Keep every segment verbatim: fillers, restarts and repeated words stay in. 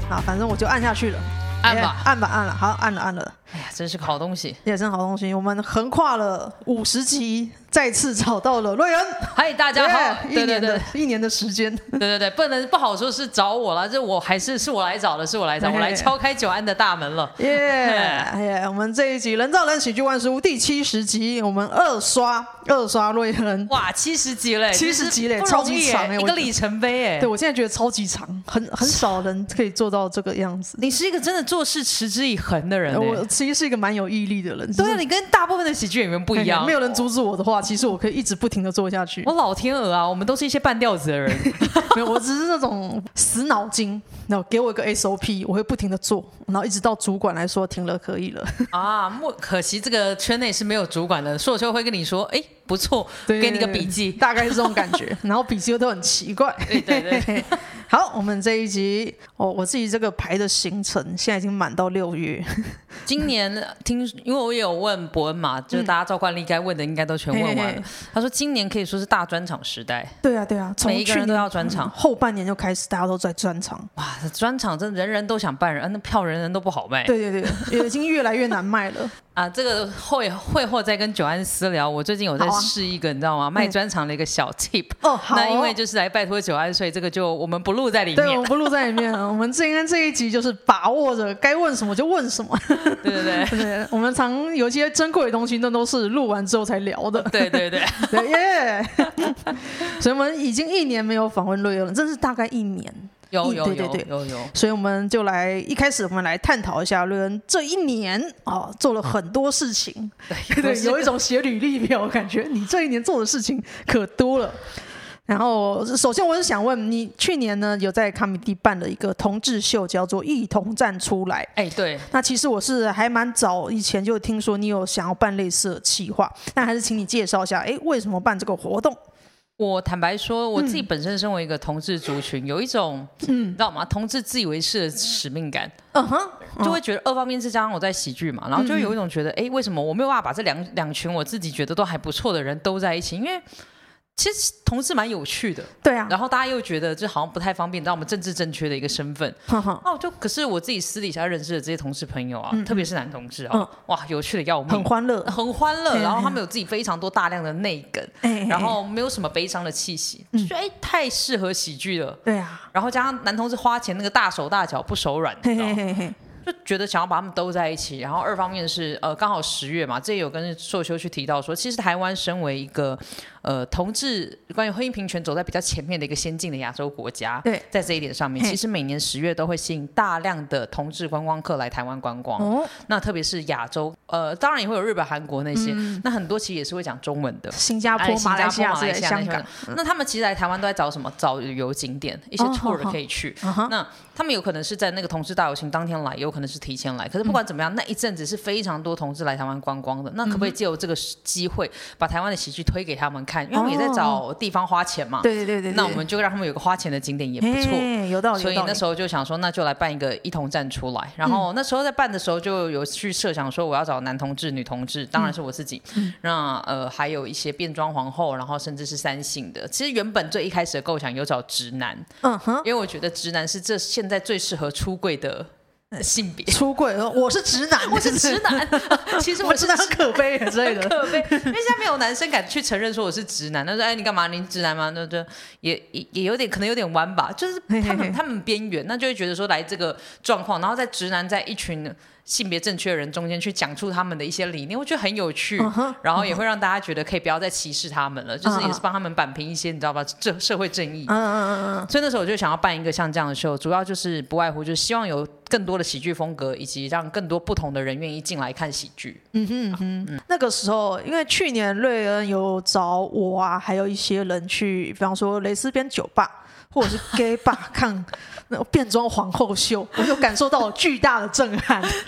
好，反正我就按下去了。 按吧， 欸、按吧，按了，好，按了，按了。 哎呀，真是个好东西， 也真好东西。我们横跨了五十集，再次找到了瑞恩。 嗨，大家好。 Yeah, 一年的一年的时间。 对对对，不能不好说是找我了，这我还是是我来找的，是我来找，我来敲开久安的大门了。 耶耶！我们这一集《人造人喜剧万事屋》第七十集，我们二刷二刷瑞恩。 哇，七十集嘞， 七十集嘞，超级长哎， 一个里程碑哎。 对，我现在觉得超级长，很很少人可以做到这个样子。 你是一个真的做事持之以恒的人。 我其实是一个蛮有毅力的人。 对啊，你跟大部分的喜剧演员不一样。 没有人阻止我的话，其实我可以一直不停的做下去。 我老天鹅啊，我们都是一些半吊子的人。 没有，我只是那种死脑筋，然后给我一个 S O P， 我会不停的做，然后一直到主管来说停了，可以了。啊， 可惜这个圈内是没有主管的，硕秋会跟你说，哎，不错，给你个笔记， 大概是这种感觉。然后笔记都很奇怪。 对对对。 好，我们这一集哦，我自己这个排的行程现在已经满到六月。 今年听，因为我也有问伯恩嘛，就是大家照惯例该问的应该都全问完了。嗯、嘿嘿他说今年可以说是大专场时代。 对啊对啊， 每一个人都要专场、 嗯，后半年就开始大家都在专场。 哇，专场真的人人都想办人，那票人人都不好卖。 对对对，已经越来越难卖了。 啊，这个会会后再跟久安私聊。我最近有在试一个，啊、你知道吗？卖专场的一个小 tip。 哦，好。 那因为就是来拜托久安，所以这个就我们不录在里面。 对，我们不录在里面。我们今天这一集就是把握着该问什么就问什么。 对对对。 对，我们常有一些珍贵的东西，那都是录完之后才聊的。 对对对。 对耶。所以我们已经一年没有访问瑞恩了，这是大概一年。 有有对对对有有， 所以我们就来一开始我们来探讨一下瑞恩这一年啊做了很多事情，对对，有一种写履历表感觉，你这一年做的事情可多了。然后首先我是想问你，去年呢有在 Comedy 办了一个同志秀，叫做一同站出来。 哎，对。 那其实我是还蛮早以前就听说你有想要办类似的企划，但还是请你介绍一下，哎，为什么办这个活动？ 我坦白说，我自己本身身为一个同志族群，嗯、有一种，嗯，你知道吗？同志自以为是的使命感，嗯哼，就会觉得二方面是加上我在喜剧嘛，然后就会有一种觉得，哎、嗯，为什么我没有办法把这两两群我自己觉得都还不错的人都在一起？因为其实同志蛮有趣的， 对啊， 然后大家又觉得这好像不太方便，让我们政治正确的一个身份。哦，就可是我自己私底下认识的这些同志朋友啊，嗯、特别是男同志啊，嗯、哇，有趣的要命， 很欢乐， 很欢乐。然后他们有自己非常多大量的内梗，嘿嘿然后没有什么悲伤的气息，就觉得哎，太适合喜剧了。 对啊， 然后加上男同志花钱那个大手大脚不手软，你知道吗？嘿嘿嘿就觉得想要把他们都在一起，然后二方面是呃刚好十月嘛，这也有跟硕修去提到说，其实台湾身为一个呃同志关于婚姻平权走在比较前面的一个先进的亚洲国家，对，在这一点上面，其实每年十月都会吸引大量的同志观光客来台湾观光。哦，那特别是亚洲，呃，当然也会有日本、韩国那些，嗯、那很多其实也是会讲中文的， 新加坡、 哎、 马来西亚、 马来西亚香港。 嗯、那他们其实来台湾都在找什么？找旅游景点，一些 tour 可以去。哦哦、那他们有可能是在那个同志大游行当天来，也有可能是提前来。可是不管怎么样，嗯、那一阵子是非常多同志来台湾观光的。那可不可以借由这个机会，把台湾的喜剧推给他们看？因为他们也在找地方花钱嘛。 对对对对。 那我们就让他们有个花钱的景点也不错。 有道理。 所以那时候就想说，那就来办一个一同站出来。然后那时候在办的时候，就有去设想说，我要找男同志、女同志，当然是我自己。嗯、那呃，还有一些变装皇后，然后甚至是三性的。其实原本最一开始的构想有找直男，嗯哼，因为我觉得直男是这现在最适合出柜的。性别出柜，我是直男， 我是直男。其实我是很可悲之类的， 可悲，因为现在没有男生敢去承认说我是直男。他说：“哎，你干嘛？你直男吗？”那就也也也有点可能有点弯吧，就是他们嘿嘿嘿他们边缘，那就会觉得说来这个状况，然后在直男在一群性别正确的人中间去讲出他们的一些理念，我觉得很有趣， uh-huh, 然后也会让大家觉得可以不要再歧视他们了， uh-huh. 就是也是帮他们扳平一些你知道吧，这社会正义。Uh-huh, uh-huh. 所以那时候我就想要办一个像这样的秀，主要就是不外乎就是希望有更多的喜剧风格，以及让更多不同的人愿意进来看喜剧。嗯哼嗯哼，那个时候因为去年瑞恩有找我啊，还有一些人去，比方说蕾丝边酒吧或者是 gay bar 看那变装皇后秀，我就感受到了巨大的震撼。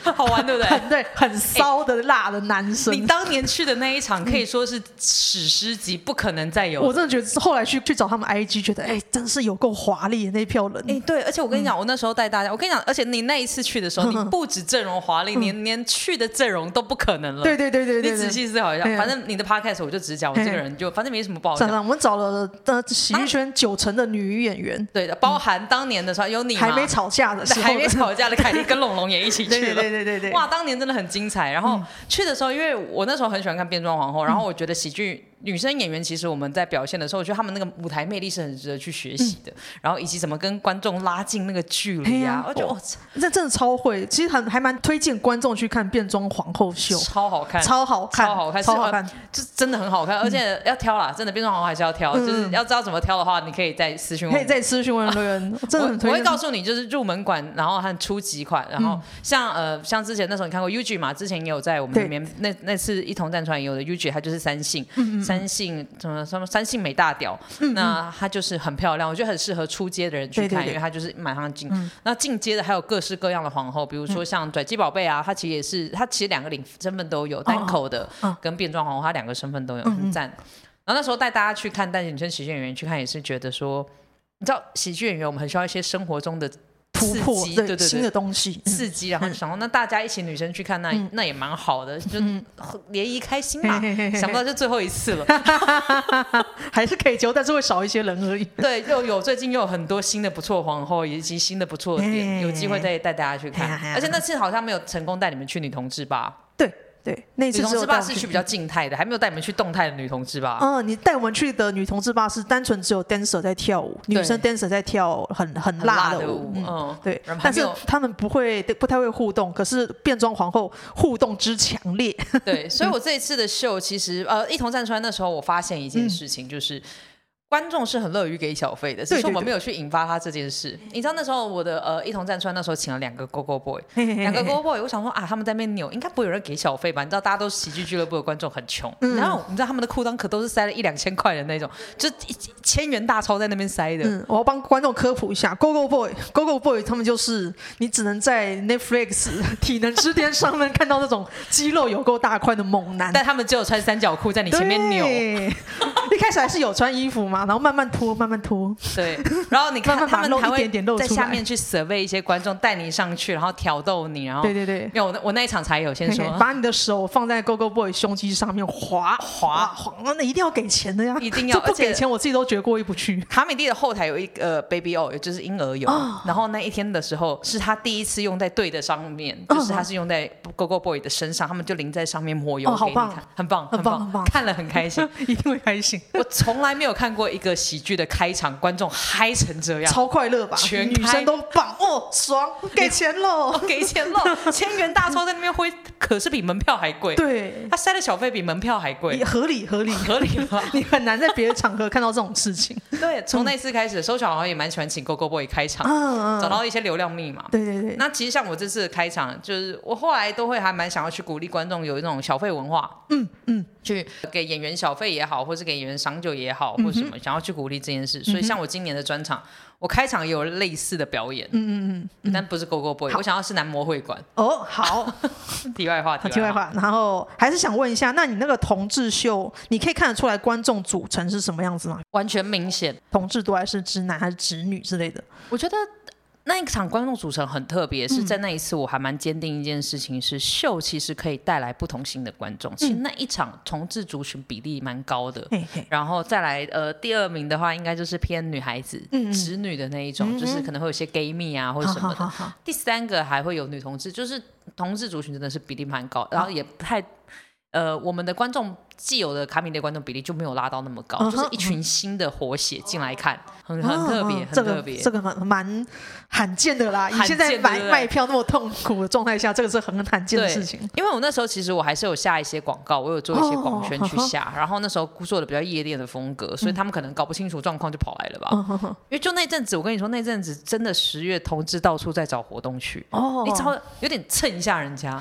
好玩对不对？ 很对，很骚的辣的男生。 你当年去的那一场可以说是史诗级，不可能再有。 我真的觉得后来去去找他们 I G， 觉得哎，真是有够华丽的那一票人。 哎，对，而且我跟你讲，我那时候带大家，我跟你讲，而且你那一次去的时候，你不止阵容华丽，连连去的阵容都不可能了。 对对对对对， 你仔细思考一下，反正你的 podcast 我就只讲我这个人，就反正没什么不好讲。 我们找了呃喜剧圈九成的女演员， 对的，包含当年的时候有你还没吵架的时候， 还没吵架的凯莉跟龙龙也一起去了。 对对对对， 哇，当年真的很精彩。然后去的时候，因为我那时候很喜欢看变装皇后，然后我觉得喜剧女生演员其实我们在表现的时候，我觉得他们那个舞台魅力是很值得去学习的。然后以及怎么跟观众拉近那个距离啊，我觉得哇， 这真的超会。其实很还蛮推荐观众去看变装皇后秀， 超好看， 超好看， 超好看， 超好看， 就真的很好看。而且要挑啦，真的变装皇后还是要挑，就是要知道怎么挑的话，你可以在私讯问， 可以在私讯问留言。真的很推荐。 我会告诉你，就是入门款，然后和初级款，然后像呃像之前那时候你看过 U G 嘛，之前也有在我们里面那那次一同战船也有的 U G， 它就是三性，三性什么什么三性美大屌，那它就是很漂亮，我觉得很适合出街的人去看，因为它就是马上进。那进阶的还有各式各样的皇后，比如说像拽鸡宝贝啊，它其实也是，它其实两个领身份都有，单口的跟变装皇后，它两个身份都有，很赞。然后那时候带大家去看，带女生喜剧演员去看，也是觉得说，你知道喜剧演员我们很需要一些生活中的突破， 对对对， 新的东西刺激，然后就想说，那大家一起女生去看，那那也蛮好的，就联谊开心嘛。想不到就最后一次了， 还是可以揪，但是会少一些人而已。 对，又有最近又有很多新的不错皇后，以及新的不错的点，有机会再带大家去看。而且那次好像没有成功带你们去女同志吧？ 对。对，那次女同志吧是去比较静态的，还没有带你们去动态的女同志吧？ 嗯，你带我们去的女同志吧是单纯只有 dancer 在跳舞，女生 dancer 在跳很很辣的舞，嗯，嗯对。但是他们不会不太会互动，可是变装皇后互动之强烈。 对，所以我这一次的秀其实呃一同站出来那时候，我发现一件事情就是。嗯观众是很乐于给小费的，只是我们没有去引发他这件事。对对对，你知道那时候我的呃一同站穿那时候请了两个 Go Go Boy， 两个 Go Go Boy， 我想说啊他们在那边扭，应该不会有人给小费吧？你知道大家都是喜剧俱乐部的观众很穷，嗯、然后你知道他们的裤裆可都是塞了一两千块的那种，就一千元大钞在那边塞的。 嗯，我要帮观众科普一下 ，Go Go Boy，Go Go Boy 他们就是你只能在 Netflix 体能之巅上面看到那种肌肉有够大块的猛男， 但他们只有穿三角裤在你前面扭。 一开始还是有穿衣服嘛，然后慢慢脱。慢慢脱， 对，然后你看慢慢他们还会在下面去 survey 一些观众，带你上去，然后挑逗你，然后对对对， 因为我我那一场才有先说， 嘿嘿把你的手放在 Go Go Boy 胸肌上面滑滑滑，那一定要给钱的呀， 一定要， 不给钱我自己都觉得过意不去。 卡米蒂的后台有一个、呃、baby oil， 就是婴儿油、哦，然后那一天的时候是他第一次用在对的上面，哦、就是他是用在 Go Go Boy 的身上，他们就淋在上面抹油给你看，哦、很棒很棒很棒， 看了很开心， 一定会开心。 我从来没有看过一个喜剧的开场，观众嗨成这样， 超快乐吧？ 全女生都棒哦，爽，给钱喽， 给钱喽，千元大钞在那边挥，可是比门票还贵。 对， 他塞的小费比门票还贵， 合理合理合理吧？ 你很难在别的场合看到这种事情。 对，从那次开始，收小好像也蛮喜欢请 Go Go Boy 开场，嗯嗯，找到一些流量密码。 对对对。 那其实像我这次的开场，就是我后来都会还蛮想要去鼓励观众有一种小费文化，嗯嗯，去给演员小费也好，或是给演员赏酒也好，或什么，想要去鼓励这件事。所以像我今年的专场，我开场也有类似的表演，嗯嗯嗯，但不是 Go Go Boy， 我想要是男模会馆。 哦，好。 题外话， 题外话。然后还是想问一下，那你那个同志秀，你可以看得出来观众组成是什么样子吗？ 完全明显， 同志多还是直男还是直女之类的？ 我觉得。那一场观众组成很特别，是在那一次我还蛮坚定一件事情，是秀其实可以带来不同性的观众。其实那一场同志族群比例蛮高的，嗯、然后再来呃第二名的话，应该就是偏女孩子、嗯、直女的那一种，嗯、就是可能会有些 gay 蜜啊或者什么的。好好好，第三个还会有女同志，就是同志族群真的是比例蛮高，然后也不太。呃，我们的观众既有的卡米的观众比例就没有拉到那么高，uh-huh, 就是一群新的活血进来看，很很特别， uh-huh, 很特别， 这个蛮蛮罕见的啦。以现在买卖票那么痛苦的状态下，这个是很罕见的事情。 因为我那时候其实我还是有下一些广告，我有做一些广宣去下， uh-huh, 然后那时候做的比较夜店的风格，所以他们可能搞不清楚状况就跑来了吧。Uh-huh, 因为就那阵子，我跟你说，那阵子真的十月同志到处在找活动去，哦、uh-huh, 你只要有点蹭一下人家。 好。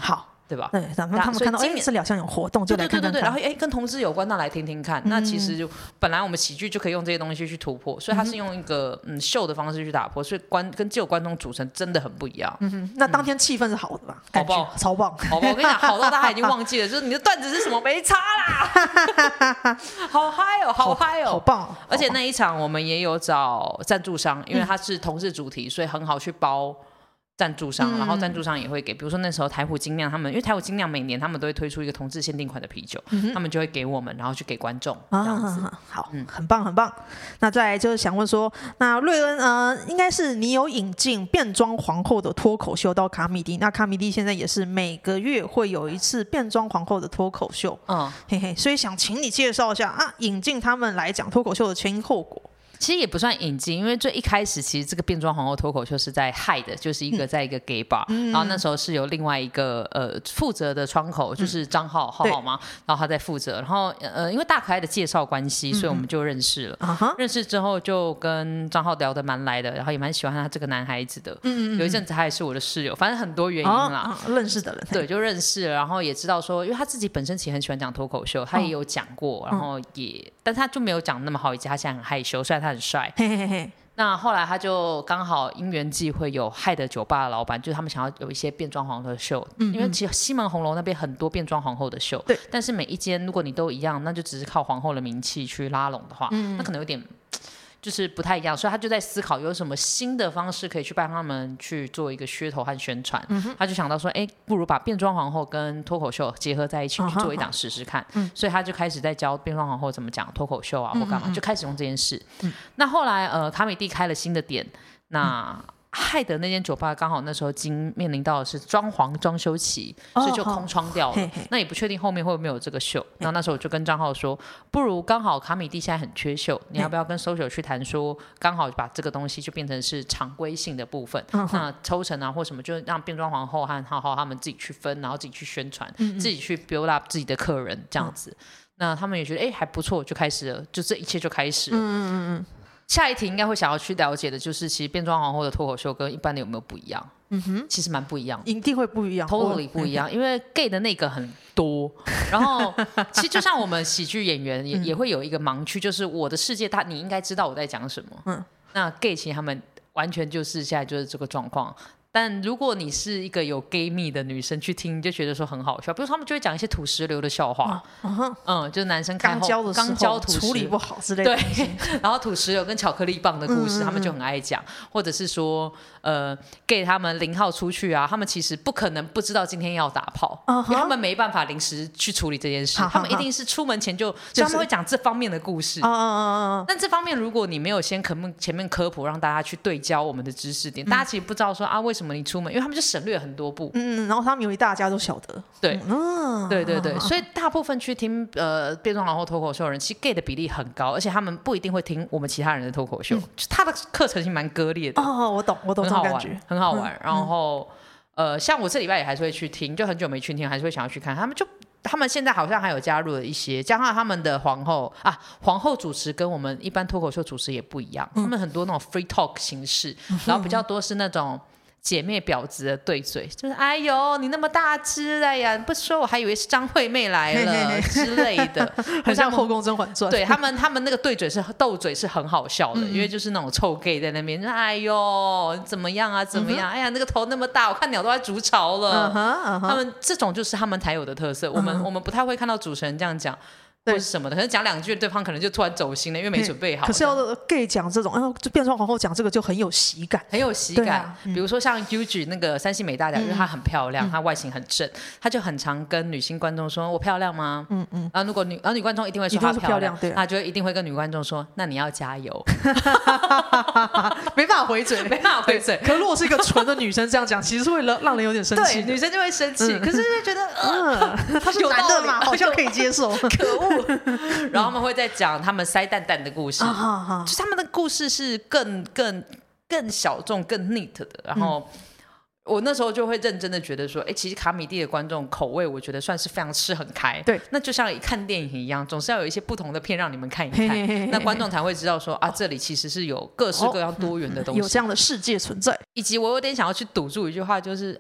对吧？ 对，他们他们看到哎这里好像有活动，就来看看看。 对对对对，然后哎跟同志有关，那来听听看。嗯、那其实就本来我们喜剧就可以用这些东西去突破，所以它是用一个嗯秀的方式去打破，所以观跟既有观众组成真的很不一样。 嗯哼，那当天气氛是好的吧？ 好棒， 超棒， 好棒！我跟你讲，好到大家已经忘记了，就是你的段子是什么没差啦，好嗨哦，好嗨哦， 好棒！ 而且那一场我们也有找赞助商，因为它是同志主题，所以很好去包。赞助商，然后赞助商也会给，比如说那时候台虎精酿他们，因为台虎精酿每年他们都会推出一个同志限定款的啤酒，嗯、他们就会给我们，然后去给观众这样子。 啊、好、嗯，很棒很棒。那再来就是想问说，那瑞恩呃，应该是你有引进变装皇后的脱口秀到卡米蒂，那卡米蒂现在也是每个月会有一次变装皇后的脱口秀，嗯，嘿嘿，所以想请你介绍一下啊，引进他们来讲脱口秀的前因后果。 其实也不算引进，因为最一开始其实这个变装皇后脱口秀是在嗨的，就是一个在一个 gay bar，、嗯、然后那时候是有另外一个呃负责的窗口，就是张浩浩浩嘛，然后他在负责，然后呃因为大可爱的介绍关系，所以我们就认识了。嗯、认识之后就跟张浩聊得蛮来的，然后也蛮喜欢他这个男孩子的。嗯嗯有一阵子他也是我的室友，反正很多原因啦， 哦、认识的人对就认识了，然后也知道说，因为他自己本身其实很喜欢讲脱口秀，他也有讲过，然后也、嗯、但他就没有讲那么好一集，他现在很害羞，虽然他很帅。 嘿嘿嘿， 那后来他就刚好因缘际会有害的酒吧的老板，就是他们想要有一些变装皇后的秀，嗯嗯因为其实西门红楼那边很多变装皇后的秀，对，但是每一间如果你都一样，那就只是靠皇后的名气去拉拢的话，嗯、那可能有点就是不太一样，所以他就在思考有什么新的方式可以去帮他们去做一个噱头和宣传。嗯、他就想到说，哎，不如把变装皇后跟脱口秀结合在一起、嗯、去做一档试试看。嗯、所以他就开始在教变装皇后怎么讲脱口秀啊，或干嘛，嗯、就开始用这件事。嗯、那后来呃，卡米蒂开了新的店，那。嗯害的那间酒吧刚好那时候经面临到的是装潢装修期，哦、所以就空窗掉了。嘿嘿那也不确定后面会不会有这个秀。然后那时候我就跟张浩说，不如刚好卡米蒂现在很缺秀，你要不要跟 social 去谈说，刚好把这个东西就变成是常规性的部分，嗯、那抽成啊或什么，就让变装皇后和浩浩他们自己去分，然后自己去宣传，嗯、自己去 build up 自己的客人这样子。嗯、那他们也觉得哎还不错，就开始了，就这一切就开始了。嗯嗯嗯下一题应该会想要去了解的就是，其实变装皇后的脱口秀跟一般的有没有不一样？嗯哼，其实蛮不一样的， 一定会不一样 ，totally 不一样。因为 gay 的那个很多，然后其实就像我们喜剧演员也、嗯、也会有一个盲区，就是我的世界他你应该知道我在讲什么。嗯，那 gay 其实他们完全就是现在就是这个状况。但如果你是一个有 gay 蜜的女生去听，你就觉得说很好笑。比如说他们就会讲一些土石流的笑话，嗯，嗯就是男生开后刚交的时候刚交土石处理不好之类的， 对。然后土石流跟巧克力棒的故事，嗯、他们就很爱讲，或者是说，呃 ，gay 他们零号出去啊，他们其实不可能不知道今天要打炮，uh huh? 因为他们没办法临时去处理这件事， uh huh. 他们一定是出门前就，所以他们会讲这方面的故事。嗯嗯但这方面如果你没有先前面科普，让大家去对焦我们的知识点，嗯、大家其实不知道说啊，为什么你出门，因为他们就省略很多步， 嗯，然后他们有一大家都晓得， 对，嗯，对对对，所以大部分去听呃变装皇后脱口秀的人，其实 gay 的比例很高，而且他们不一定会听我们其他人的脱口秀，嗯、他的课程性蛮割裂的。 哦，我懂，我懂这种感觉， 很好玩。嗯、然后、嗯、呃，像我这礼拜也还是会去听，就很久没去听，还是会想要去看。他们就他们现在好像还有加入了一些，加上他们的皇后啊，皇后主持跟我们一般脱口秀主持也不一样，嗯、他们很多那种 free talk 形式，嗯、然后比较多是那种。姐妹婊子的对嘴，就是哎呦你那么大只了呀，不说我还以为是张惠妹来了之类的， 很像后宫甄嬛传。 对他们，他们那个对嘴是斗嘴是很好笑的，嗯、因为就是那种臭 gay 在那边，哎呦怎么样啊怎么样？嗯、哎呀那个头那么大，我看鸟都在筑巢了。Uh-huh, uh-huh. 他们这种就是他们才有的特色，我们、uh-huh. 我们不太会看到主持人这样讲。或是什么的，可能讲两句，对方可能就突然走心了，因为没准备好。 可是要 gay 讲这种，然后就变装皇后讲这个就很有喜感， 很有喜感。啊嗯、比如说像 Yuji 那个三星美大奖，嗯、因为她很漂亮，她、嗯、外形很正，她就很常跟女性观众说：“我漂亮吗？”嗯嗯。然后如果女，然后女观众一定会说她漂亮，她、啊、就一定会跟女观众说：“那你要加油。” 没办法回嘴， 没办法回嘴。 可如果是一个纯的女生这样讲，其实是会让人有点生气。 对，女生就会生气，嗯、可是就觉得，嗯， 他是男的嘛，好像可以接受。 可恶。然后他们会在讲他们塞蛋蛋的故事，啊啊啊、就他们的故事是更更更小众、更 neat 的。然后、嗯、我那时候就会认真的觉得说，哎，其实卡米蒂的观众口味，我觉得算是非常吃很开。对，那就像看电影一样，总是要有一些不同的片让你们看一看，嘿嘿嘿嘿那观众才会知道说啊，这里其实是有各式各样多元的东西， 哦嗯、有这样的世界存在。 以及我有点想要去堵住一句话，就是啊。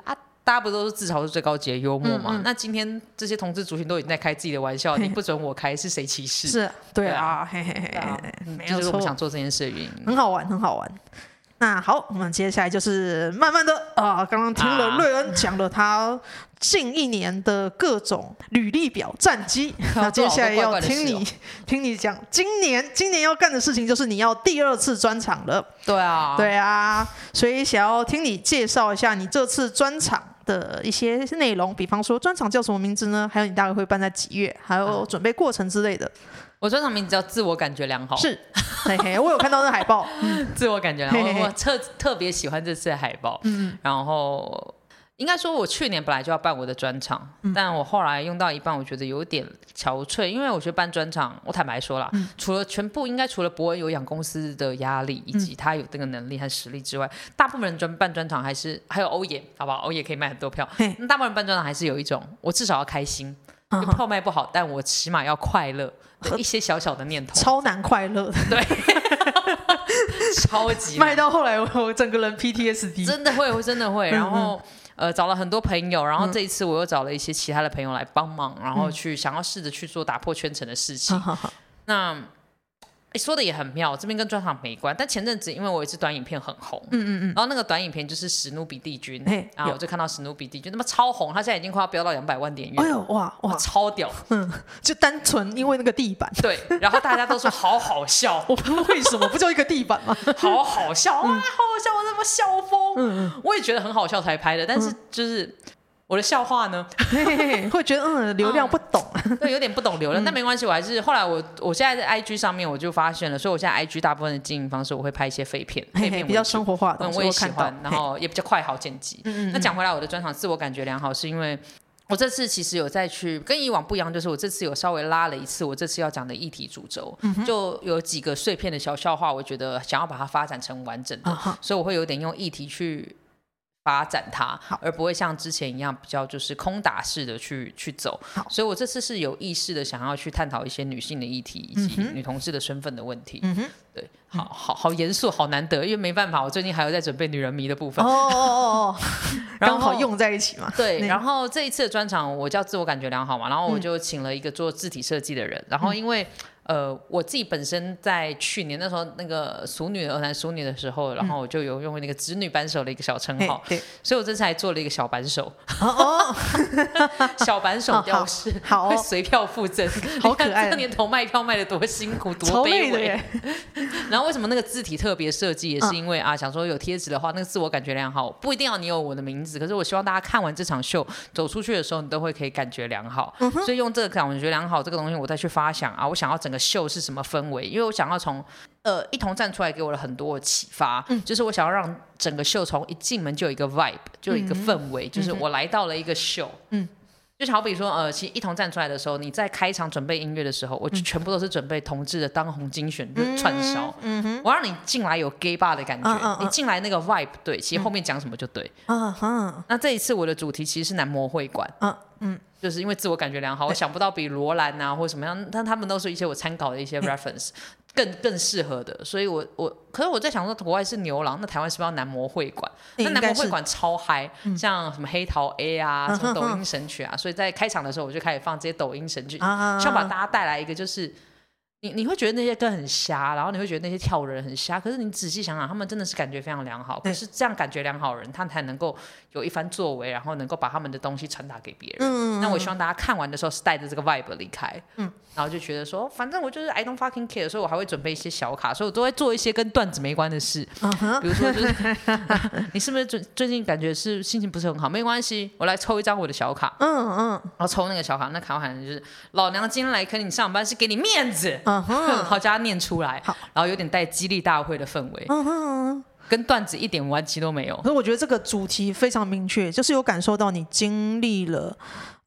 大家不都是自嘲是最高级的幽默嘛？嗯嗯，那今天这些同志族群都已经在开自己的玩笑，你不准我开，是谁歧视？ 是，对啊，嘿嘿嘿，啊， 没有错，就是我们想做这件事的原因， 很好玩，很好玩。那好，我们接下来就是慢慢的啊，刚刚听了瑞恩讲了他近一年的各种履历表战绩，那接下来要听你听你讲今年今年要干的事情，就是你要第二次专场了。 对啊， 对啊，所以想要听你介绍一下你这次专场的一些内容，比方说专场叫什么名字呢？还有你大概会办在几月？还有准备过程之类的。 我专场名字叫自我感觉良好， 是，嘿嘿，我有看到那海报，嗯、 自我感觉良好，嘿嘿，我特特别喜欢这次的海报，嗯，然后应该说，我去年本来就要办我的专场，嗯、但我后来用到一半，我觉得有点憔悴，因为我觉得办专场，我坦白说啦，嗯、除了全部应该除了伯恩有养公司的压力，以及他有这个能力和实力之外，嗯、大部分人专办专场还是还有欧野，好不好？欧野可以卖很多票，那大部分人办专场还是有一种，我至少要开心，就票卖不好，但我起码要快乐。一些小小的念头， 超难快乐的， 对，超级卖到后来我整个人 P T S D， 真的会，真的会。然后呃，找了很多朋友，然后这一次我又找了一些其他的朋友来帮忙，然后去想要试着去做打破圈层的事情。嗯、那说的也很妙，这边跟专场没关，但前阵子因为我有一支短影片很红，嗯嗯嗯，然后那个短影片就是史努比帝君，然后我就看到史努比帝君那么超红，他现在已经快要飙到两百万点阅， 哎呦哇哇， 超屌， 嗯，就单纯因为那个地板， 对，然后大家都说好好笑， 我不知道为什么，不就一个地板吗？ 好好笑啊，好好笑，我这么笑疯，嗯，我也觉得很好笑才拍的，但是就是。嗯我的笑话呢， 会觉得嗯流量不懂， 嗯、对，有点不懂流量，嗯、但没关系，我还是后来我我现在在 I G 上面我就发现了，所以我现在 I G 大部分的经营方式我会拍一些废片，废片比较生活化的， 嗯，我也喜欢，然后也比较快好剪辑。嗯嗯那讲回来，我的专场自我感觉良好，是因为我这次其实有再去跟以往不一样，就是我这次有稍微拉了一次我这次要讲的议题主轴，嗯、就有几个碎片的小笑话，我觉得想要把它发展成完整的，uh-huh. 所以我会有点用议题去。发展它，而不会像之前一样比较就是空打式的去去走，所以我这次是有意识的想要去探讨一些女性的议题以及女同志的身份的问题。嗯、对，好好好严肃，好难得，因为没办法，我最近还有在准备女人迷的部分，哦哦哦， 刚好用在一起嘛。 对，然后这一次的专场我叫自我感觉良好嘛，然后我就请了一个做字体设计的人，然后因为。呃，我自己本身在去年那时候那个熟女儿男熟女的时候，然后我就有用那个直女扳手的一个小称号，嗯、所以我这次还做了一个小扳手，哦，小扳手雕饰， 好， 会随票附赠， 好可爱。 这年头卖票卖的多辛苦，多卑微。然后为什么那个字体特别设计，也是因为、嗯、啊，想说有贴纸的话，那个自我感觉良好，不一定要你有我的名字，可是我希望大家看完这场秀走出去的时候，你都会可以感觉良好。嗯、所以用这个感觉良好这个东西，我再去发想啊，我想要整个秀是什么氛围，因为我想要从呃一同站出来给我了很多启发、嗯、就是我想要让整个秀从一进门就有一个 vibe 就有一个氛围、嗯、就是我来到了一个秀，嗯，就好比说呃其实一同站出来的时候，你在开场准备音乐的时候，我就全部都是准备同志的当红精选、嗯、就是串烧、嗯、我让你进来有 gay bar 的感觉、嗯、你进来那个 vibe 对，其实后面讲什么就对、嗯嗯、那这一次我的主题其实是男模会馆，嗯嗯，就是因为自我感觉良好，我想不到比罗兰啊或者什么样，但他们都是一些我参考的一些 reference 更更适合的，所以我我可是我在想说，国外是牛郎，那台湾是不是要男模会馆？那男模会馆超嗨、嗯，像什么黑桃 A 啊，嗯、什么抖音神曲啊、嗯，所以在开场的时候我就开始放这些抖音神曲，啊、希望把大家带来一个就是你你会觉得那些歌很瞎，然后你会觉得那些跳舞人很瞎，可是你仔细想想，他们真的是感觉非常良好。可是这样感觉良好的人，他才能够有一番作为，然后能够把他们的东西传达给别人。嗯，那我希望大家看完的时候是带着这个 vibe 离开。嗯，然后就觉得说，反正我就是 I don't fucking care， 所以我还会准备一些小卡，所以我都会做一些跟段子没关的事。Uh-huh. 比如说，就是你是不是最最近感觉是心情不是很好？没关系，我来抽一张我的小卡。嗯嗯，然后抽那个小卡，那卡好像就是老娘今天来跟你上班是给你面子。Uh-huh. 好，叫他念出来，然后有点带激励大会的氛围。Uh-huh.跟段子一点关系都没有， 可是我觉得这个主题非常明确，就是有感受到你经历了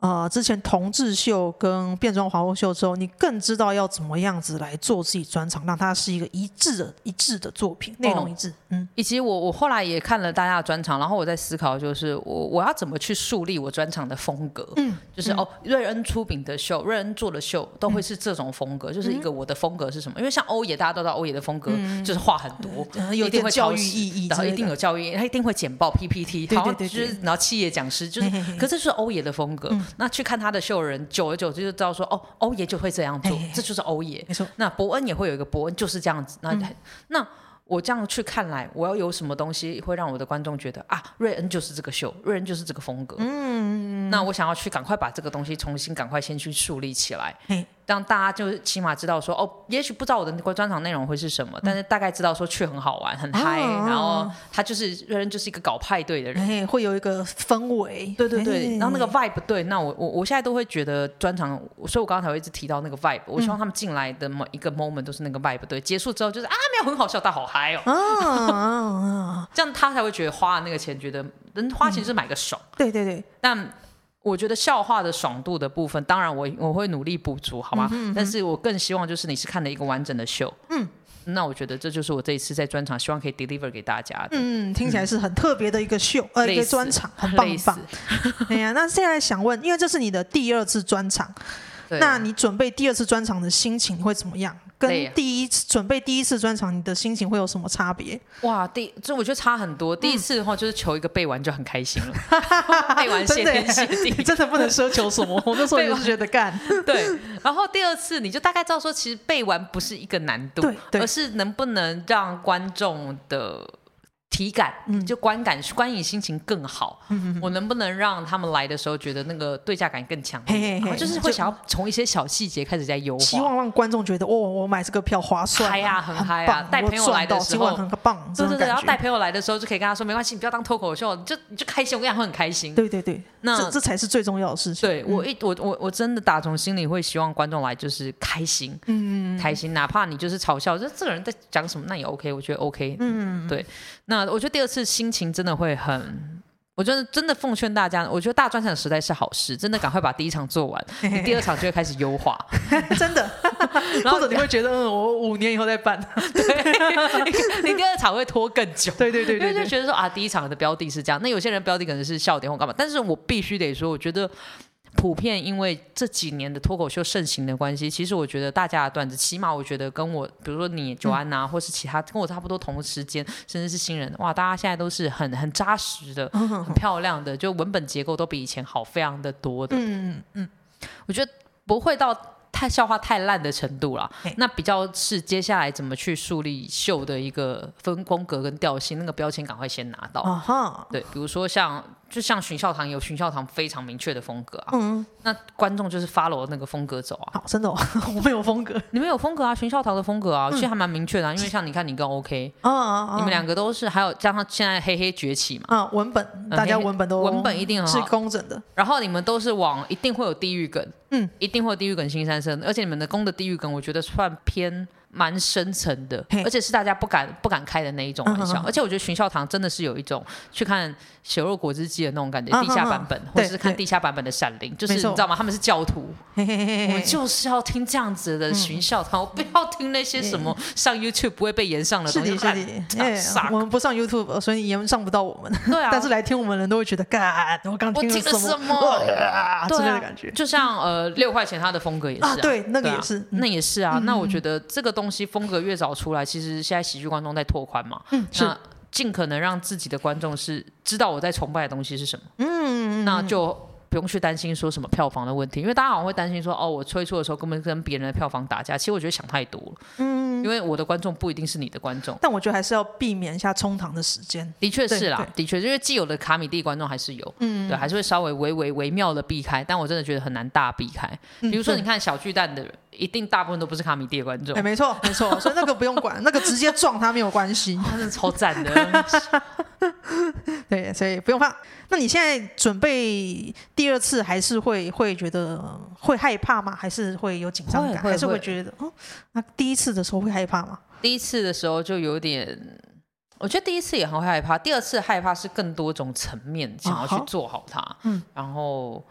呃之前同志秀跟变装皇后秀之后，你更知道要怎么样子来做自己专场，让它是一个一致的一致的作品，内容一致。哦、嗯， 以及我我后来也看了大家的专场，然后我在思考，就是我我要怎么去树立我专场的风格。嗯，就是、嗯、哦，瑞恩出品的秀，瑞恩做的秀都会是这种风格，嗯、就是一个我的风格是什么？因为像欧爷，大家都知道欧爷的风格就是话很多， 嗯、有点教育意义， 然后一定有教育意义，他一定会简报 P P T， 对对对对， 就是然后企业讲师，就是，嘿嘿嘿，可是这就是欧爷的风格。嗯、那去看他的秀的人，久而久之就知道说，哦，欧爷就会这样做，嘿嘿嘿，这就是欧爷。没错。那伯恩也会有一个伯恩就是这样子。那、嗯、那我这样去看来，我要有什么东西会让我的观众觉得啊，瑞恩就是这个秀，瑞恩就是这个风格。嗯。那我想要去赶快把这个东西重新赶快先去树立起来。让大家就起码知道说，哦，也许不知道我的专场内容会是什么，嗯、但是大概知道说去很好玩很嗨、哦，然后他就是瑞恩就是一个搞派对的人， 会有一个氛围， 对对对，然后那个 vibe 对，那我我我现在都会觉得专场，所以我刚刚才会一直提到那个 vibe，、嗯、我希望他们进来的某一个 moment 都是那个 vibe 对，结束之后就是啊没有很好笑，但好嗨哦，哦这样他才会觉得花了那个钱，觉得人花钱是买个爽， 嗯、对对对， 但。我觉得笑话的爽度的部分，当然我我会努力补足，好吗？嗯嗯嗯，但是我更希望就是你是看了一个完整的秀，嗯，那我觉得这就是我这一次在专场希望可以 deliver 给大家的。 嗯，听起来是很特别的一个秀，嗯、呃，一个专场，很棒很棒。哎呀，那现在想问，因为这是你的第二次专场，那你准备第二次专场的心情会怎么样？跟第一次准备第一次专场，你的心情会有什么差别？ 哇，第这我觉得差很多。第一次的话，就是求一个背完就很开心了，嗯、背完谢天谢地， 真的不能奢求什么。我那时候也是觉得干对。然后第二次你就大概知道说，其实背完不是一个难度，而是能不能让观众的。体感，就观感、观影心情更好。嗯、我能不能让他们来的时候觉得那个对价感更强烈？嘿嘿嘿，然后就是会想要从一些小细节开始在优化， 希望让观众觉得哦，我买这个票划算、啊， 嗨呀、啊，很嗨啊！带朋友来的时候， 很棒， 对对对，然后带朋友来的时候就可以跟他说，没关系，你不要当脱口秀，你就你就开心，我跟你讲会很开心。 对对对，那 这, 这才是最重要的事情。 对我一我我我真的打从心里会希望观众来就是开心，嗯，开心，哪怕你就是嘲笑，这这个人在讲什么，那也 OK， 我觉得 OK， 嗯，对。那我觉得第二次心情真的会很，我觉得真的奉劝大家，我觉得大专场时代是好事，真的赶快把第一场做完，你第二场就会开始优化， 真的。然后或者你会觉得，嗯，我五年以后再办， 对，你第二场会拖更久， 对对对 对, 对， 因为就觉得说啊，第一场的标的是这样，那有些人标的可能是笑点或干嘛，但是我必须得说，我觉得。普遍因为这几年的脱口秀盛行的关系，其实我觉得大家的段子，起码我觉得跟我，比如说你九安呐、嗯，或是其他跟我差不多同时间，甚至是新人，哇，大家现在都是很很扎实的、很漂亮的，就文本结构都比以前好非常的多的。嗯嗯，我觉得不会到太笑话太烂的程度啦，那比较是接下来怎么去树立秀的一个分风格跟调性，那个标签赶快先拿到。Uh-huh. 对，比如说像。就像巡笑堂有巡笑堂非常明确的风格啊，嗯，那观众就是 follow 那个风格走啊。 好，真的、哦，我们有风格， 你们有风格啊，巡笑堂的风格啊，其实还蛮明确的、啊，因为像你看你跟 OK， 哦哦哦，你们两个都是，还有加上现在黑黑崛起嘛， 啊，文本大家文本都文本一定很好是工整的， 然后你们都是往一定会有地狱梗，嗯，一定会有地狱梗新三生，而且你们的攻的地狱梗，我觉得算偏。蛮深层的，而且是大家不敢不敢开的那一种玩笑，嗯、而且我觉得巡笑堂真的是有一种去看《血肉果汁机》的那种感觉，嗯、地下版本，嗯、或者是看地下版本的《闪灵》，就是你知道吗？他们是教徒，嘿嘿嘿嘿我就是要听这样子的巡笑堂，嗯、我不要听那些什么上 YouTube 不会被延上的东西。是的，是的， 啊、我们不上 YouTube， 所以延上不到我们。对啊，但是来听我们的人都会觉得，干，我刚听了什么？什么啊、之类的感觉。 就像呃六块钱他的风格也是啊， 对，那个也是， 那也是啊。那我觉得这个东西风格越早出来，其实现在喜剧观众在拓宽嘛，嗯，那尽可能让自己的观众是知道我在崇拜的东西是什么，嗯，那就不用去担心说什么票房的问题，因为大家好像会担心说，哦，我推出的时候根本跟别人的票房打架，其实我觉得想太多了，嗯，因为我的观众不一定是你的观众， 但我觉得还是要避免一下冲堂的时间， 的确是啦，的确，因为既有的卡米蒂观众还是有，嗯，对，还是会稍微微微微妙的避开，但我真的觉得很难大避开，比如说你看小巨蛋的人。一定大部分都不是卡米蒂的观众， 哎，没错没错，所以那个不用管，那个直接撞他没有关系， 他是超赞的。 对，所以不用怕。那你现在准备第二次，还是会会觉得会害怕吗？还是会有紧张感？还是会觉得，哦，那第一次的时候会害怕吗？ 第一次的时候就有点，我觉得第一次也很会害怕，第二次害怕是更多种层面想要去做好它，嗯，然后。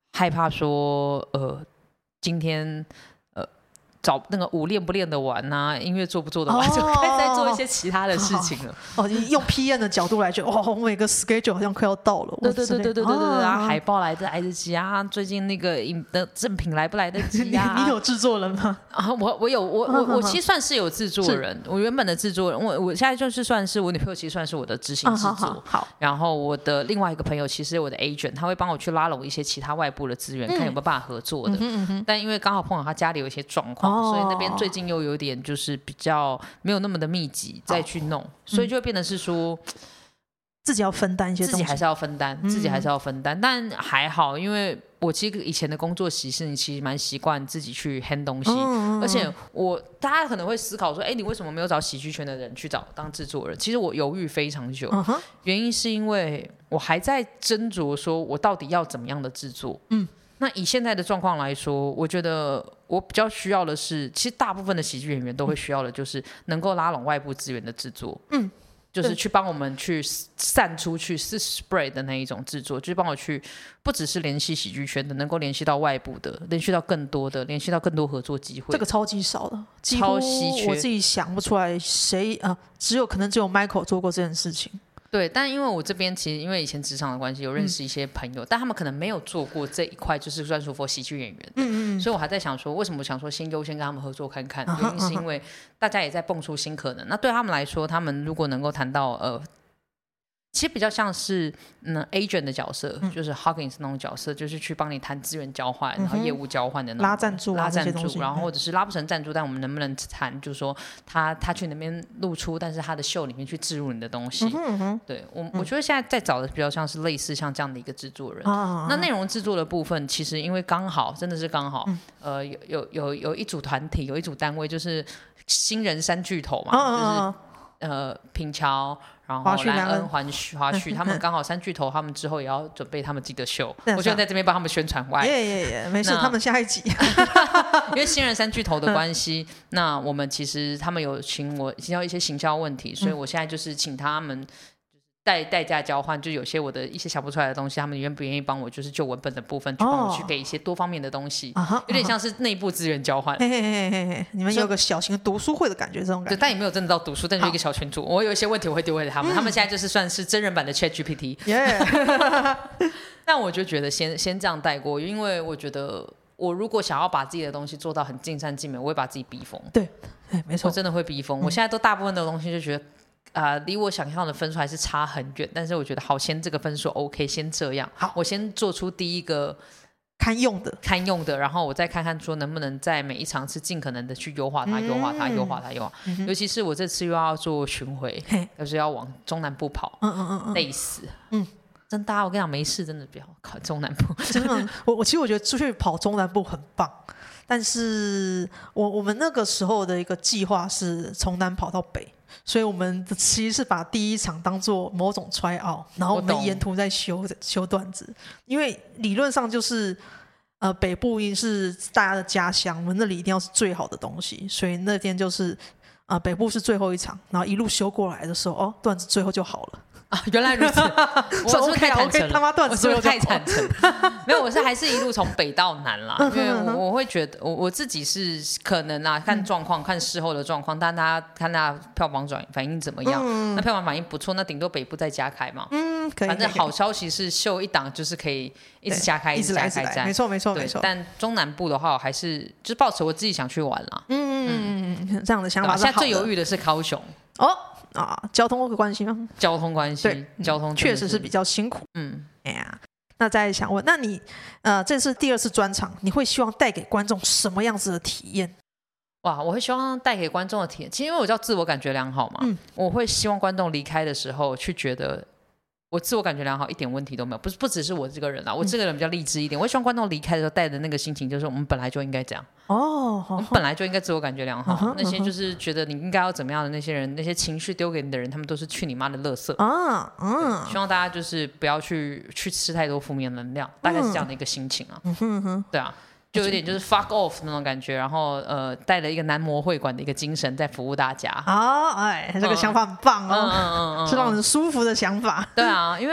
害怕说呃今天呃找那个舞练不练得完啊，音乐做不做得完，哦、就开始在做一些其他的事情了。 哦，你用 P M 的角度来觉得，哦，我每个 schedule 好像快要到了。 对对对对对对对对啊！海报来得来得及啊，最近那个影的正品来不来得及啊？ 你, 你有制作人吗？ 啊，我我有我我我其实算是有制作人，我原本的制作人，我我现在就是算是我女朋友，其实算是我的执行制作。 啊、好, 好, 好。 然后我的另外一个朋友，其实我的 agent， 他会帮我去拉拢一些其他外部的资源，嗯、看有没有办法合作的。嗯嗯、但因为刚好碰到他家里有一些状况，哦、所以那边最近又有点就是比较没有那么的密集，再去弄，哦、所以就会变成是说。 自己要分担一些东西， 自己还是要分担，嗯、自己还是要分担，但还好，因为我其实以前的工作习是，你其实蛮习惯自己去 hand 东西，嗯、而且我大家可能会思考说，哎，你为什么没有找喜剧圈的人去找当制作人？其实我犹豫非常久，嗯、原因是因为我还在斟酌，说我到底要怎么样的制作。嗯，那以现在的状况来说，我觉得我比较需要的是，其实大部分的喜剧演员都会需要的，就是能够拉拢外部资源的制作。嗯。就是去帮我们去散出去，是 spread 的那一种制作，就是帮我去不只是联系喜剧圈的，能够联系到外部的，联系到更多的，联系到更多合作机会。 这个超级少的， 超稀缺， 我自己想不出来谁啊、呃，只有可能只有 Michael 做过这件事情。 对，但因为我这边其实因为以前职场的关系，有认识一些朋友，嗯、但他们可能没有做过这一块，就是专属 for 喜剧演员的。嗯嗯。所以我还在想说，为什么我想说先优先跟他们合作看看？原因是因为大家也在蹦出新可能。那对他们来说，他们如果能够谈到呃。其实比较像是嗯 agent 的角色，嗯、就是 Hawkins 那种角色，就是去帮你谈资源交换，嗯、然后业务交换的那种拉赞助、啊、 拉赞助，然后或者是拉不成赞助，但我们能不能谈，就是说他他去那边露出，但是他的秀里面去置入你的东西。嗯嗯、对我，我觉得现在在找的比较像是类似像这样的一个制作人。嗯、那内容制作的部分，其实因为刚好真的是刚好，嗯、呃，有有有有一组团体，有一组单位，就是新人三巨头嘛，嗯、就是呃品乔。然后莱恩、华胥、华胥他们刚好三巨头，他们之后也要准备他们自己的秀，我觉得在这边帮他们宣传外。 耶耶耶，没事，他们下一集。 因为新人三巨头的关系，那我们其实他们有请我请教一些行销问题，所以我现在就是请他们。代代价交换，就有些我的一些想不出来的东西，他们愿不愿意帮我，就是就文本的部分去帮我去给一些多方面的东西，哦、有点像是内部资源交换。 嘿嘿嘿嘿嘿，你们有个小型的读书会的感觉，这种感觉。 对，但也没有真的到读书，但是一个小群组。我有一些问题我会丢给他们，嗯、他们现在就是算是真人版的 Chat G P T。Yeah 但我就觉得先先这样带过，因为我觉得我如果想要把自己的东西做到很尽善尽美，我会把自己逼疯。 对，没错， 我真的会逼疯。嗯、我现在都大部分的东西就觉得。啊、呃，离我想象的分数还是差很远，但是我觉得好，先这个分数 OK， 先这样，好，我先做出第一个堪用的， 堪用的，然后我再看看说能不能在每一场次尽可能的去优化它，优、嗯、化它，优化它，优化。嗯、尤其是我这次又要做巡回，就是要往中南部跑，嗯嗯嗯，累死，嗯，真的，我跟你讲，没事，真的不要考中南部， 真的，我我其实我觉得出去跑中南部很棒。但是我我们那个时候的一个计划是从南跑到北，所以我们其实是把第一场当做某种 try out， 然后我们沿途在修修段子，因为理论上就是呃北部应是大家的家乡，我们那里一定要是最好的东西，所以那天就是呃北部是最后一场，然后一路修过来的时候，哦段子最后就好了。 啊，原来如此！我是不是太坦诚了？ 他妈段子是不是太坦诚？没有，我是还是一路从北到南啦，因为我我会觉得我我自己是可能啊，看状况，看事后的状况，但大家看大家票房转反应怎么样？嗯、那票房反应不错，那顶多北部再加开嘛。嗯，可以。反正好消息是秀一档就是可以一直加开，一直加开战， 没错没错没错。 但中南部的话，还是就是抱持我自己想去玩啦。 嗯嗯嗯，这样的想法是好的。 现在最犹豫的是高雄哦。啊，交通的关系吗？ 交通关系， 对， 交通确实是比较辛苦。嗯，哎呀，那再想问，那你呃，这是第二次专场，你会希望带给观众什么样子的体验？ 哇，我会希望带给观众的体验，其实因为我叫自我感觉良好嘛，嗯、我会希望观众离开的时候去觉得。我自我感觉良好，一点问题都没有。不是，不只是我这个人啊，我这个人比较励志一点。嗯、我希望观众离开的时候带的那个心情，就是我们本来就应该这样。哦，我们本来就应该自我感觉良好。哦、那些就是觉得你应该要怎么样的那些人，那些情绪丢给你的人，他们都是去你妈的垃圾。啊，嗯。希望大家就是不要去去吃太多负面能量，大概是这样的一个心情啊。嗯哼哼，对啊。就有点就是 fuck off 那种感觉，然后呃带了一个男模会馆的一个精神在服务大家。 啊，哎，这个想法很棒哦，嗯嗯嗯嗯，是让人舒服的想法。 对啊，因为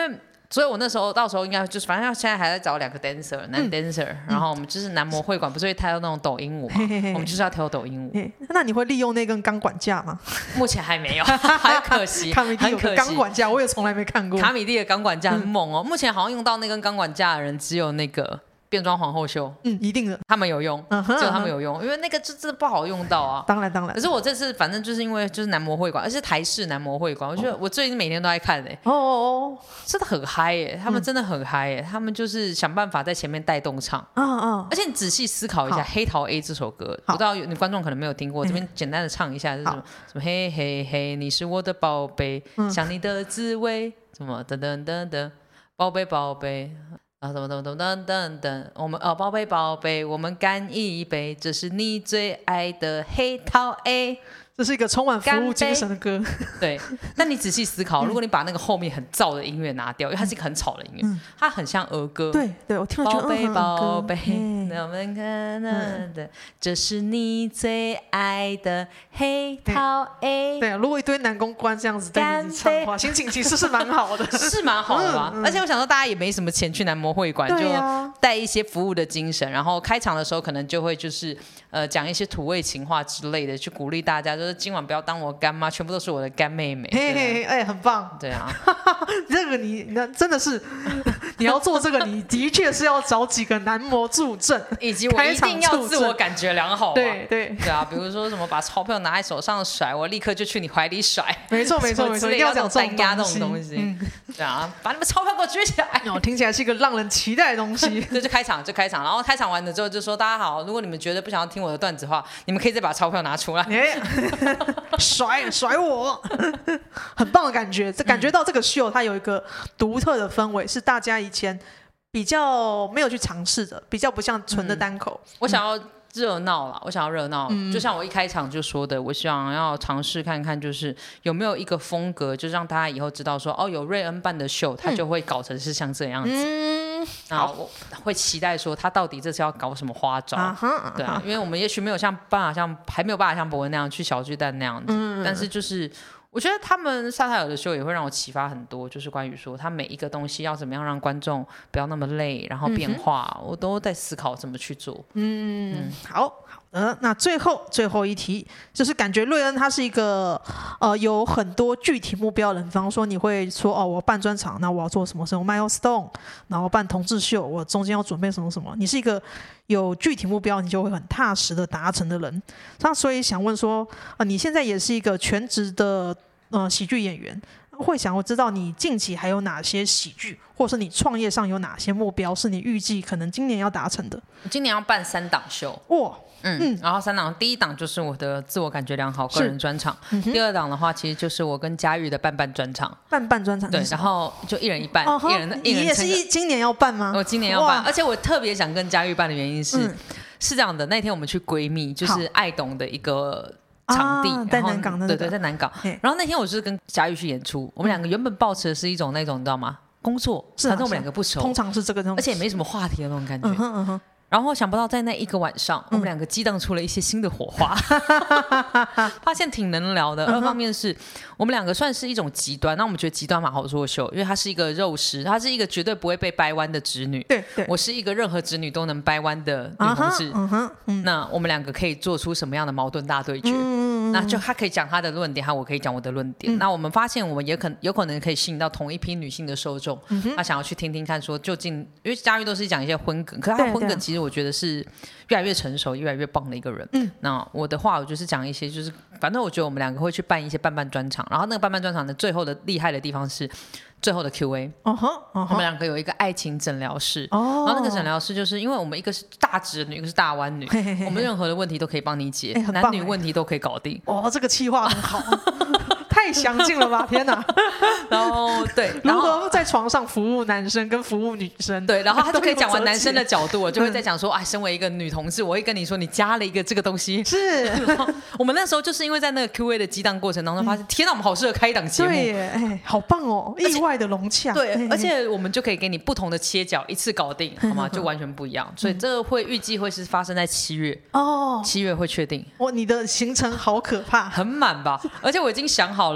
所以我那时候到时候应该就是反正现在还在找两个 dancer 男 dancer、嗯、然后我们就是男模会馆不是会跳那种抖音舞嘛，嘿嘿嘿，我们就是要跳抖音舞。 那你会利用那根钢管架吗？ 目前还没有，很可惜。 卡米蒂有个钢管架，我也从来没看过。 卡米蒂的钢管架很猛哦、嗯，目前好像用到那根钢管架的人只有那个变装皇后秀，嗯， 一定的， 他们有用，嗯、只有他们有用，因为那个就真的不好用到啊。 当然当然。 可是我这次反正就是因为就是男模会馆，而且台式男模会馆，我觉得我最近每天都在看哎、欸，哦哦哦，真的很嗨哎、欸，他们真的很嗨哎、欸，他们就是想办法在前面带动唱，嗯嗯。而且你仔细思考一下，《黑桃 A》这首歌，我知道你观众可能没有听过，这边简单的唱一下，是什么什么嘿嘿嘿，你是我的宝贝，嗯、想你的滋味，什么噔噔噔噔，宝贝宝贝。啊，等等等等等等，我们哦，宝贝宝贝，我们干一杯，这是你最爱的黑桃 A。 这是一个充满服务精神的歌。 对，但你仔细思考，如果你把那个后面很燥的音乐拿掉，因为它是一个很吵的音乐，嗯、它很像儿歌。 对对，我听了觉得宝贝宝贝，我们看的，这是你最爱的黑桃 A。 对啊，如果一堆男公关这样子在一起唱的话，心情其实是蛮好的， 是蛮好的吧？嗯嗯、而且我想说，大家也没什么钱去男模会馆，就带一些服务的精神，然后开场的时候可能就会就是呃讲一些土味情话之类的，去鼓励大家，就是今晚不要当我干妈，全部都是我的干妹妹。 嘿嘿嘿，哎，很棒。 对啊， 这个你那真的是，你要做这个，你的确是要找几个男模助阵， 以及我一定要自我感觉良好。 对对对啊，比如说什么把钞票拿在手上甩，我立刻就去你怀里甩。 没错没错没错，一定要讲单压这种东西。嗯、对啊，把你们钞票给我举起来。 哦，听起来是一个让人期待的东西。 对，就开场就开场，然后开场完了之后就说大家好，如果你们觉得不想要听我的段子的话，你们可以再把钞票拿出来。 甩甩我，很棒的感觉。这感觉到这个秀它有一个独特的氛围，是大家以前比较没有去尝试的，比较不像纯的单口。 嗯、我想要热闹啦，我想要热闹、嗯，就像我一开场就说的，我想要尝试看看，就是有没有一个风格，就让大家以后知道说，哦，有瑞恩办的秀，他就会搞成是像这样子。嗯，然后我会期待说，他到底这次要搞什么花招？啊哈对啊，因为我们也许没有像办法像还没有办法像博文那样去小巨蛋那样子，嗯、但是就是我觉得他们萨泰尔的秀也会让我启发很多，就是关于说他每一个东西要怎么样让观众不要那么累，然后变化，嗯、我都在思考怎么去做。嗯嗯，好。呃，那最后最后一题就是感觉瑞恩他是一个呃有很多具体目标的人，比方说你会说哦，我办专场，那我要做什么什么 milestone， 然后办同志秀，我中间要准备什么什么。你是一个有具体目标，你就会很踏实的达成的人。那所以想问说，呃，你现在也是一个全职的呃喜剧演员，会想要知道你近期还有哪些喜剧，或是你创业上有哪些目标是你预计可能今年要达成的？ 今年要办三档秀。 哇！ 嗯，嗯然后三档，第一档就是我的自我感觉良好个人专场，嗯、第二档的话其实就是我跟佳玉的伴伴专场， 伴伴专场对，然后就一人一半，哦、一人一人。 你也是一今年要办吗？ 我今年要办，而且我特别想跟佳玉办的原因是，嗯、是这样的，那天我们去闺蜜，就是爱懂的一个场地， 啊、在南港的、那个，对对，在南港。然后那天我就是跟佳玉去演出，我们两个原本抱持的是一种那种你知道吗？工作， 是、啊， 反正我们两个不熟， 通常是这个， 而且也没什么话题的那种感觉。 嗯哼嗯哼然后想不到在那一个晚上，嗯、我们两个激荡出了一些新的火花，发现挺能聊的。嗯、二方面是我们两个算是一种极端，那我们觉得极端蛮好做秀，因为她是一个肉食，她是一个绝对不会被掰弯的直女。 对对， 我是一个任何直女都能掰弯的女同志。嗯哼嗯、那我们两个可以做出什么样的矛盾大对决？嗯、那就她可以讲她的论点，我可以讲我的论点。嗯、那我们发现我们也可有可能可以吸引到同一批女性的受众，嗯、她想要去听听看，说究竟因为佳玉都是讲一些荤梗，可是她荤梗其实我觉得是越来越成熟越来越棒的一个人。嗯，那我的话我就是讲一些就是反正我觉得我们两个会去办一些伴伴专场，然后那个伴伴专场的最后的厉害的地方是最后的 Q A。 uh-huh, uh-huh. 我们两个有一个爱情诊疗室。oh. 然后那个诊疗室就是因为我们一个是大直女一个是大弯女，我们任何的问题都可以帮你解，欸、男女问题都可以搞定。 哦，这个企划很好太详尽了吧，天哪。 然后对， 如何在床上服务男生跟服务女生， 对，然后他就可以讲完男生的角度，我就会再讲说，哎，身为一个女同志，我会跟你说你加了一个这个东西。 是我们那时候就是因为在那个 Q A 的激荡过程当中发现，嗯、天哪，我们好适合开一档节目。 对耶，哎，好棒哦，意外的融洽。 对，而且我们就可以给你不同的切角，一次搞定，好吗？就完全不一样。所以这个会预计会是发生在七月哦，七月会确定。 哇，你的行程好可怕， 很满吧？而且我已经想好了，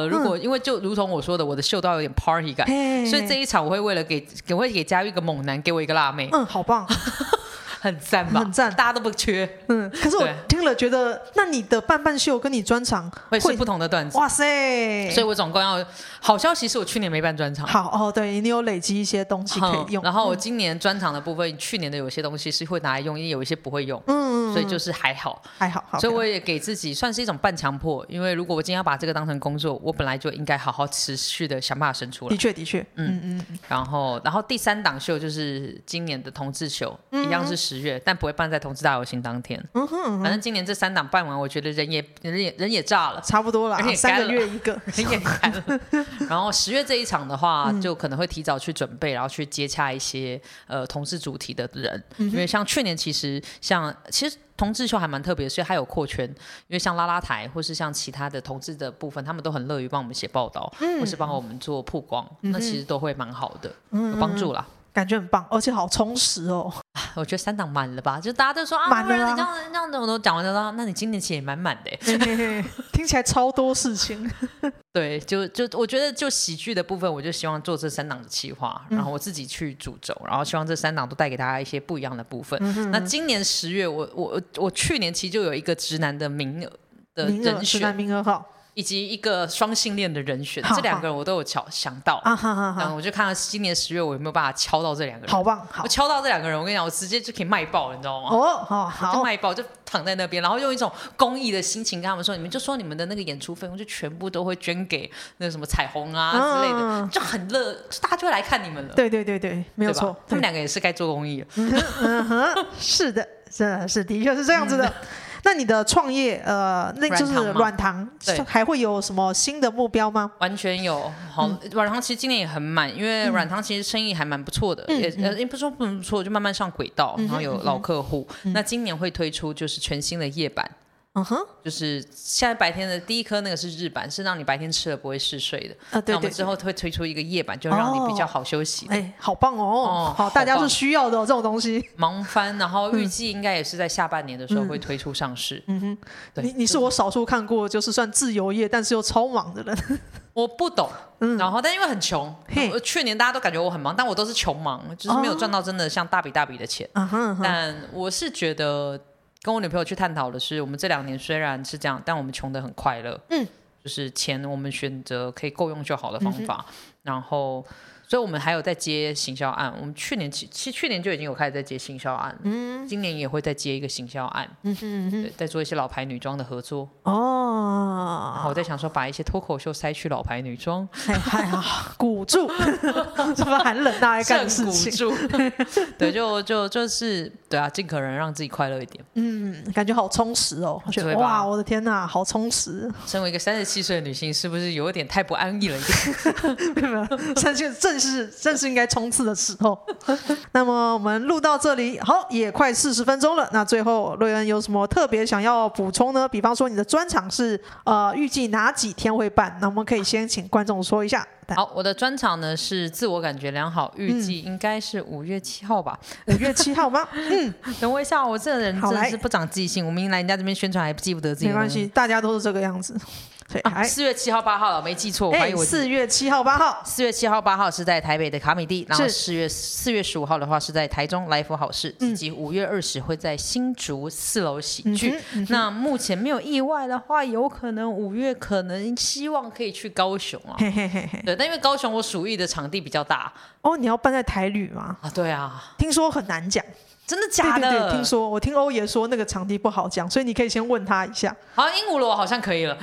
如果、嗯、因为就如同我说的，我的秀都要有点 party 感，所以这一场我会为了给我会给佳玉一个猛男，给我一个辣妹。 嗯，好棒。 很赞吧？ 很赞， 大家都不缺。 嗯，可是我听了觉得，那你的半半秀跟你专场会是不同的段子。 哇塞！ 所以我总共要好消息是我去年没办专场。 好哦，对你有累积一些东西可以用。 嗯、然后我今年专场的部分，嗯、去年的有些东西是会拿来用，因为有一些不会用。嗯，所以就是还好， 还好。 所以我也给自己算是一种半强迫，因为如果我今天要把这个当成工作，我本来就应该好好持续的想办法生出来。 的确，的确。嗯嗯嗯。然后，然后第三档秀就是今年的同志秀，嗯、一样是十月，但不会办在同志大游行当天。嗯哼，嗯哼，反正今年这三档办完，我觉得人也人也人也炸了， 差不多了， 人也三个月一个， 人也干了。然后十月这一场的话，嗯、就可能会提早去准备，然后去接洽一些呃同志主题的人，嗯、因为像去年其实像其实。同志秀还蛮特别的，所以它有扩圈，因为像拉拉台或是像其他的同志的部分，他们都很乐于帮我们写报道，嗯、或是帮我们做曝光，嗯、那其实都会蛮好的，嗯、有帮助啦。 感觉很棒，而且好充实哦。 我觉得三档满了吧，就大家都说啊， 满了啊， 你这样这样子我都讲完了，那你今年其实也满满的嘿嘿嘿，听起来超多事情。 对，就就我觉得就喜剧的部分，我就希望做这三档的企划，然后我自己去主轴，然后希望这三档都带给大家一些不一样的部分。嗯、那今年十月，我我我去年其实就有一个直男的名额的人选， 直男名额号。 以及一个双性恋的人选，这两个人我都有敲想到，啊、哈哈哈然后我就看到今年十月我有没有办法敲到这两个人。 好棒，好， 我敲到这两个人，我跟你讲，我直接就可以卖爆，你知道吗？ 哦，好，好， 就卖爆，就躺在那边，然后用一种公益的心情跟他们说，你们就说你们的那个演出费用就全部都会捐给那个什么彩虹啊之类的，嗯、就很乐，大家就会来看你们了。 对对对对，没有错， 他们两个也是该做公益了。 嗯哼，是的，是是，的确是这样子的。嗯那你的创业，呃，那就是软糖，还会有什么新的目标吗？ 完全有，好，嗯、软糖其实今年也很满，因为软糖其实生意还蛮不错的，嗯、也呃，也不是说不不错，就慢慢上轨道，嗯、然后有老客户。嗯、那今年会推出就是全新的夜版。嗯哼，就是现在白天的第一颗那个是日版，是让你白天吃了不会嗜睡的。啊，对对。那我们之后会推出一个夜版，就让你比较好休息。 哎，好棒哦！哦，好，大家是需要的这种东西。 忙翻，然后预计应该也是在下半年的时候会推出上市。嗯哼， 对，你你是我少数看过就是算自由业，但是又超忙的人。 我不懂，嗯，然后但因为很穷，去年大家都感觉我很忙，但我都是穷忙，就是没有赚到真的像大笔大笔的钱。嗯哼，但我是觉得。跟我女朋友去探讨的是，我们这两年虽然是这样，但我们穷得很快乐。嗯，就是钱我们选择可以够用就好的方法。嗯、然后，所以我们还有在接行销案。我们去年其其实去年就已经有开始在接行销案，嗯，今年也会再接一个行销案。嗯哼嗯哼，对，在做一些老牌女装的合作。哦，然后我在想说，把一些脱口秀塞去老牌女装， 哎呀，鼓住，这么寒冷大家干的事情， 鼓住。对，就就就是对啊，尽可能让自己快乐一点。 嗯，感觉好充实哦。我觉得哇，我的天哪，好充实。 身为一个三十七岁的女性，是不是有一点太不安逸了一点？ 三十正是正是应该冲刺的时候。那么我们录到这里，好，也快四十分钟了。那最后瑞恩有什么特别想要补充呢？比方说你的专场是呃预计哪几天会办？那我们可以先请观众说一下。 好，我的专场呢是自我感觉良好，预计应该是五月七号吧。 五、嗯、月七号吗？嗯， 等我一下，我这个人真的是不长记性，我明明来人家这边宣传还记不得自己。 没关系，大家都是这个样子。 啊、四月七号八号了，没记错，我怀疑我。 四月七号八号， 四月七号八号是在台北的卡米地，然后四月四月十五号的话是在台中来福好事，以及五月二十会在新竹四楼喜剧。嗯嗯、那目前没有意外的话，有可能五月可能希望可以去高雄啊。嘿嘿嘿嘿对，但因为高雄我属意的场地比较大。 哦，你要办在台旅吗？ 啊，对啊， 听说很难讲。 真的假的？ 对对对，听说我听欧爷说那个场地不好讲，所以你可以先问他一下。 好，鹦鹉螺好像可以了。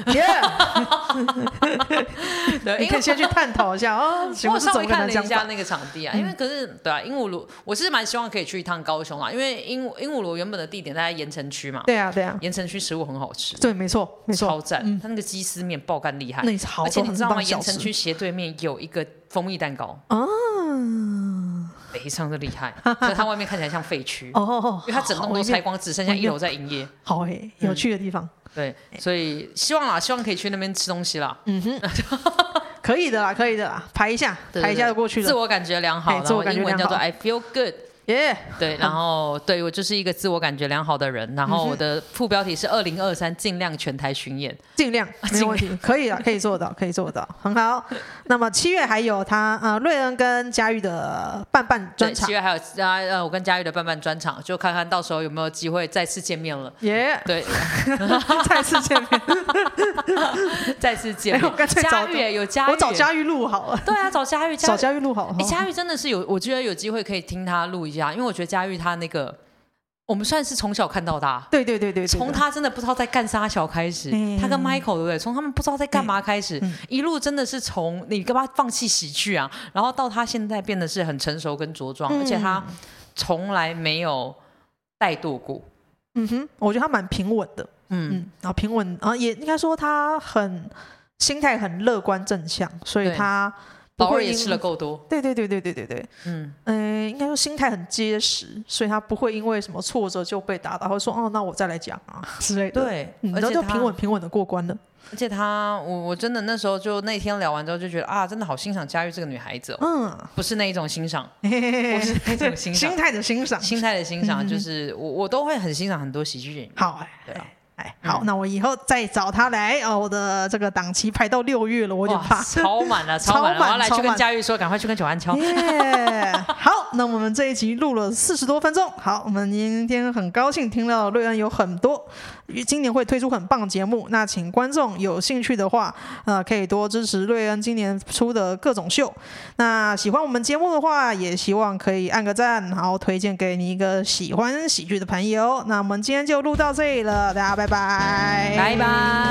Yeah! 对，你可以先去探讨一下哦。 我稍微看了一下那个场地啊，嗯、因为可是对啊，鹦鹉螺我是蛮希望可以去一趟高雄啊，因为鹦鹦鹉螺原本的地点在盐城区嘛。 对啊对啊， 盐城区食物很好吃。 对，没错没错， 超赞。嗯、它那个鸡丝面爆干厉害，那好而且你知道吗？盐城区斜对面有一个蜂蜜蛋糕。哦。非常的厉害，所以它外面看起来像废墟哦，因为它整栋都拆光，只剩下一楼在营业。 好诶，有趣的地方。 对，所以希望啦，希望可以去那边吃东西啦。嗯哼， 可以的啦，可以的啦，排一下，排一下就过去了。 自我感觉良好，然后英文叫做 I feel good。 耶、yeah 对，然后对我就是一个自我感觉良好的人，然后我的副标题是二零二三尽量全台巡演， 尽量没问题，可以了，可以做到，可以做到，很好。那么七月还有他呃瑞恩跟佳玉的伴伴专场， 七月还有呃我跟佳玉的伴伴专场，就看看到时候有没有机会再次见面了。 耶、 yeah ，对， 再次见面， 再次见面。 哎、我干脆找佳玉有佳玉， 我找佳玉录好了。 对啊，找佳玉， 找佳玉录好了。 哎、欸，佳玉真的是有，我觉得有机会可以听他录一下，因为我觉得佳玉他那个，我们算是从小看到大， 对对对对， 从他真的不知道在干啥小开始，嗯、他跟 Michael 对不对？从他们不知道在干嘛开始，嗯、一路真的是从你跟他放弃喜剧啊，然后到他现在变得是很成熟跟茁壮，嗯、而且他从来没有怠惰过。 嗯哼，我觉得他蛮平稳的，嗯嗯，然后平稳，然后也应该说他很心态很乐观正向，所以他。 老二也吃了够多， 对对对对对对对，嗯嗯、呃，应该说心态很结实，所以他不会因为什么挫折就被打倒，或者说哦，那我再来讲啊之类的。 对， 嗯、而且就平稳平稳的过关了。 而且他，我我真的那时候就那天聊完之后就觉得啊，真的好欣赏佳玉这个女孩子、哦，嗯，不是那一种欣赏，不是那种欣赏， 心态的欣赏， 心态的欣赏，就是我我都会很欣赏很多喜剧演员。 好，对啊。哎，好、嗯，那我以后再找他来哦。我的这个档期排到六月了，我就怕超满了，超满了。我要来去跟佳玉说，赶快去跟九安敲。 Yeah 好，那我们这一集录了四十多分钟。好，我们今天很高兴听到瑞恩有很多今年会推出很棒的节目。那请观众有兴趣的话，呃，可以多支持瑞恩今年出的各种秀。那喜欢我们节目的话，也希望可以按个赞，然后推荐给你一个喜欢喜剧的朋友。那我们今天就录到这里了，大家拜拜。 拜拜。